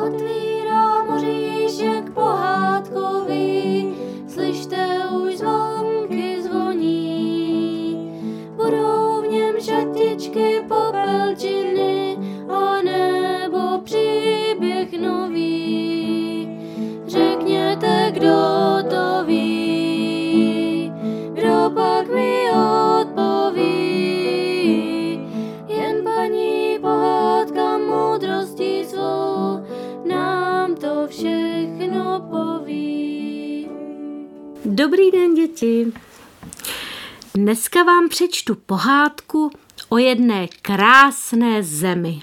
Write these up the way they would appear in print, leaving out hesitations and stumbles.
otvírá moříšek pohádkový, slyšte už zvonky zvoní. Budou v něm šatičky, popelčiny a nebo příběh nový. Řekněte, kdo to ví, kdo pak mi odpoví. Jen paní pohádka moudrostí svou nám to všechno poví. Dobrý den, děti. Dneska vám přečtu pohádku o jedné krásné zemi.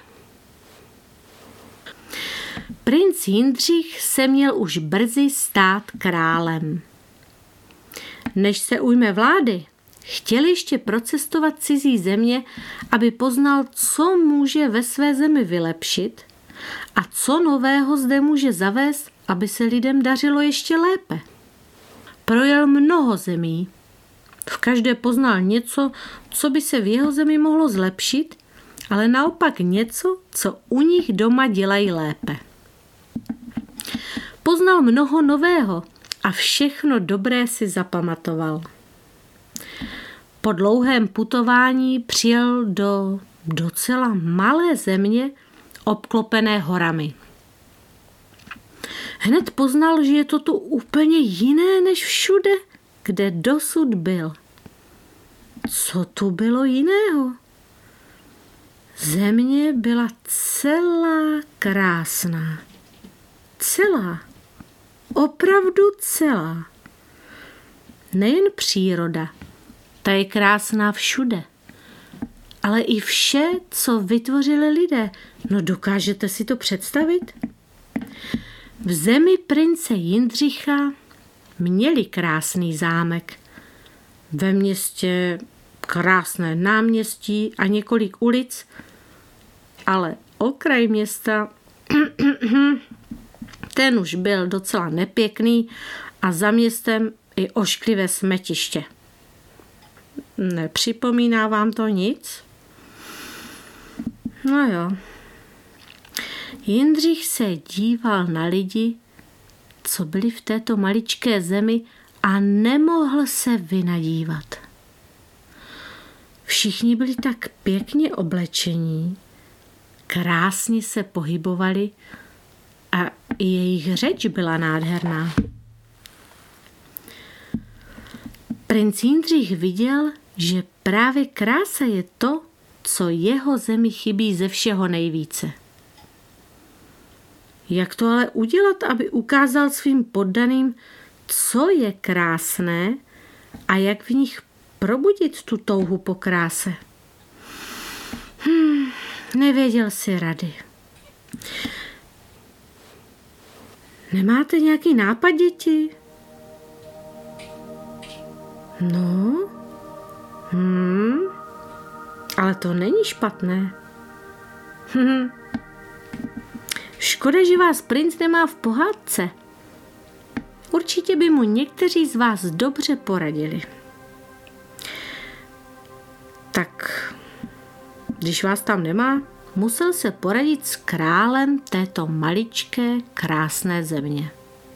Princ Jindřich se měl už brzy stát králem. Než se ujme vlády, chtěl ještě procestovat cizí země, aby poznal, co může ve své zemi vylepšit a co nového zde může zavést, aby se lidem dařilo ještě lépe. Projel mnoho zemí. V každé poznal něco, co by se v jeho zemi mohlo zlepšit, ale naopak něco, co u nich doma dělají lépe. Poznal mnoho nového a všechno dobré si zapamatoval. Po dlouhém putování přijel do docela malé země obklopené horami. Hned poznal, že je to tu úplně jiné než všude, kde dosud byl. Co tu bylo jiného? Země byla celá krásná. Celá. Opravdu celá. Nejen příroda, ta je krásná všude, ale i vše, co vytvořili lidé. No dokážete si to představit? V zemi prince Jindřicha měli krásný zámek. Ve městě krásné náměstí a několik ulic, ale okraj města ten už byl docela nepěkný a za městem i ošklivé smetiště. Nepřipomíná vám to nic? No jo. Jindřich se díval na lidi, co byli v této maličké zemi a nemohl se vynadívat. Všichni byli tak pěkně oblečení, krásně se pohybovali a i jejich řeč byla nádherná. Princ Jindřich viděl, že právě krása je to, co jeho zemi chybí ze všeho nejvíce. Jak to ale udělat, aby ukázal svým poddaným, co je krásné a jak v nich probudit tu touhu po kráse? Nevěděl si rady. Nemáte nějaký nápad, děti? No, ale to není špatné. Škoda, že vás princ nemá v pohádce. Určitě by mu někteří z vás dobře poradili. Tak, když vás tam nemá, musel se poradit s králem této maličké, krásné země.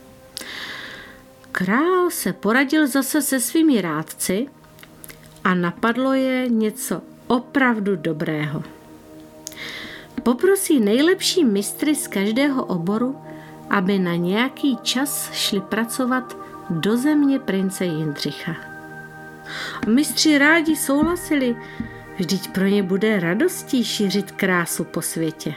Král se poradil zase se svými rádci a napadlo je něco opravdu dobrého. Poprosí nejlepší mistry z každého oboru, aby na nějaký čas šli pracovat do země prince Jindřicha. Mistři rádi souhlasili, vždyť pro ně bude radostí šířit krásu po světě.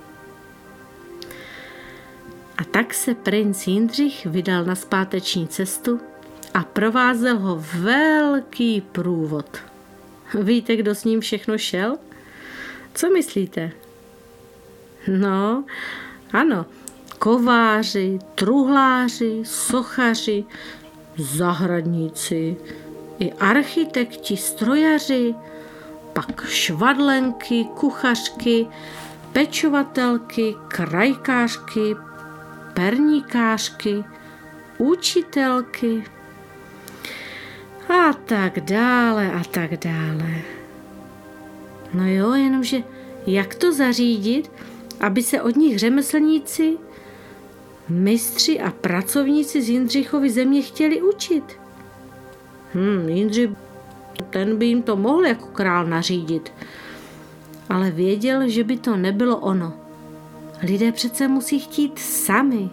A tak se princ Jindřich vydal na zpáteční cestu a provázel ho velký průvod. Víte, kdo s ním všechno šel? Co myslíte? No, ano, kováři, truhláři, sochaři, zahradníci, i architekti, strojaři, pak švadlenky, kuchařky, pečovatelky, krajkářky, perníkářky, učitelky a tak dále a tak dále. No jo, jenomže jak to zařídit, aby se od nich řemeslníci Mistři a pracovníci z Jindřichovy země chtěli učit. Jindřich, ten by jim to mohl jako král nařídit, ale věděl, že by to nebylo ono. Lidé přece musí chtít sami.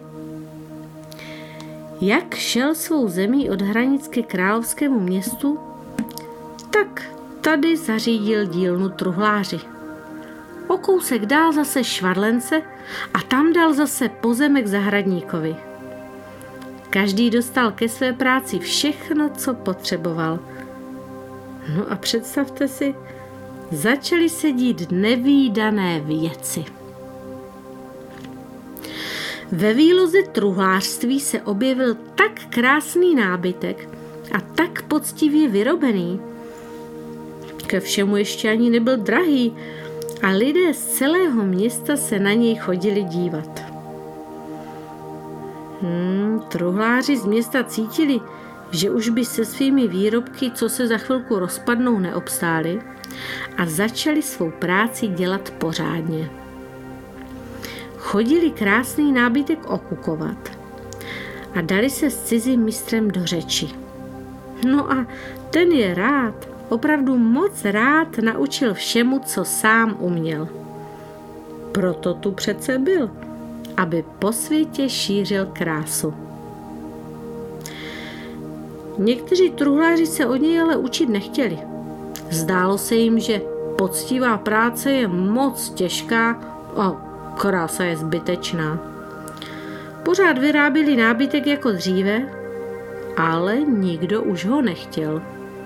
Jak šel svou zemí od hranic ke královskému městu, tak tady zařídil dílnu truhláři. O kousek dál zase švadlence a tam dal zase pozemek zahradníkovi. Každý dostal ke své práci všechno, co potřeboval. No a představte si, začaly se dít nevídané věci. Ve výloze truhlářství se objevil tak krásný nábytek a tak poctivě vyrobený. Ke všemu ještě ani nebyl drahý a lidé z celého města se na něj chodili dívat. Truhláři z města cítili, že už by se svými výrobky, co se za chvilku rozpadnou, neobstáli a začali svou práci dělat pořádně. Chodili krásný nábytek okukovat a dali se s cizím mistrem do řeči. No a ten je rád, opravdu moc rád naučil všemu, co sám uměl. Proto tu přece byl, aby po světě šířil krásu. Někteří truhláři se od něj ale učit nechtěli. Zdálo se jim, že poctivá práce je moc těžká a krása je zbytečná. Pořád vyráběli nábytek jako dříve, ale nikdo už ho nechtěl.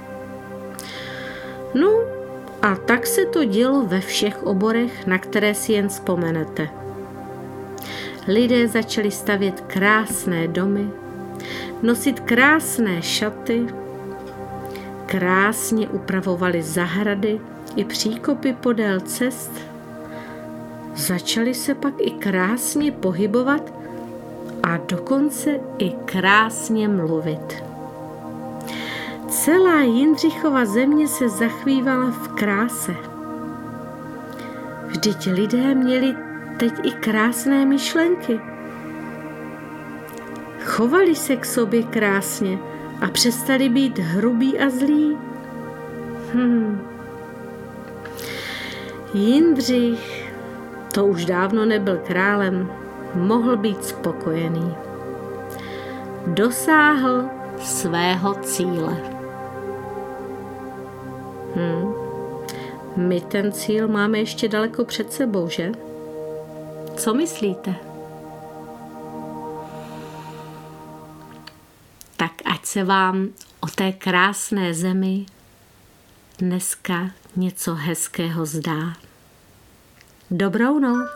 No a tak se to dělo ve všech oborech, na které si jen vzpomenete. Lidé začali stavět krásné domy, nosit krásné šaty, krásně upravovali zahrady i příkopy podél cest. Začali se pak i krásně pohybovat a dokonce i krásně mluvit. Celá Jindřichova země se zachvívala v kráse. Vždyť lidé měli teď i krásné myšlenky. Chovali se k sobě krásně a přestali být hrubí a zlí. Jindřich, to už dávno nebyl králem, mohl být spokojený. Dosáhl svého cíle. My ten cíl máme ještě daleko před sebou, že? Co myslíte? Tak ať se vám o té krásné zemi dneska něco hezkého zdá. Dobrou noc.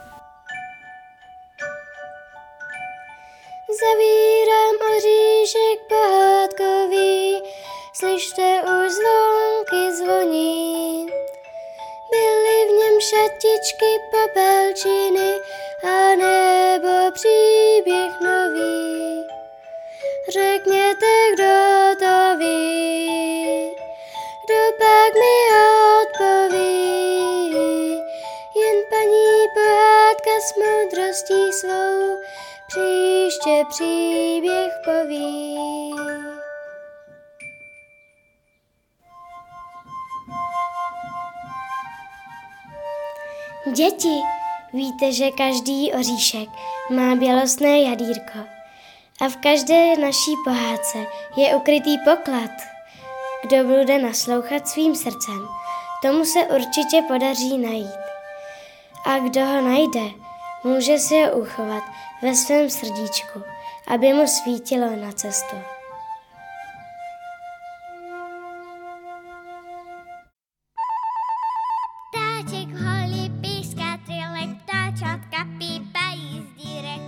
Zavírám oříšek pohádkový, slyšte už zvonky zvoní. Byly v něm šatičky, popelčiny a nebo příběh nový. Řekněte, kdo to ví, kdo pak mi odpoví. Jen paní pohádka s moudrostí svou příště příběh poví. Děti, víte, že každý oříšek má bělostné jadírko a v každé naší pohádce je ukrytý poklad. Kdo bude naslouchat svým srdcem, tomu se určitě podaří najít. A kdo ho najde, může si ho uchovat ve svém srdíčku, aby mu svítilo na cestu. Ptáček v holi píská trilek, ptáčatka pípají z dírek.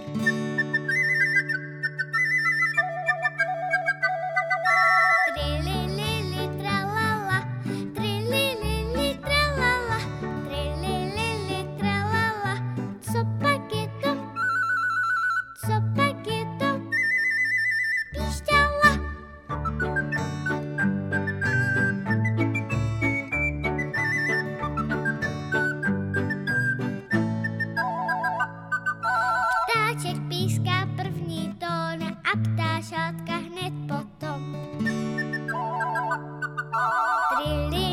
Trililili tralala, trililili tralala, trililili tralala. Co pak je to? Co pak je to? Píšťal Ri,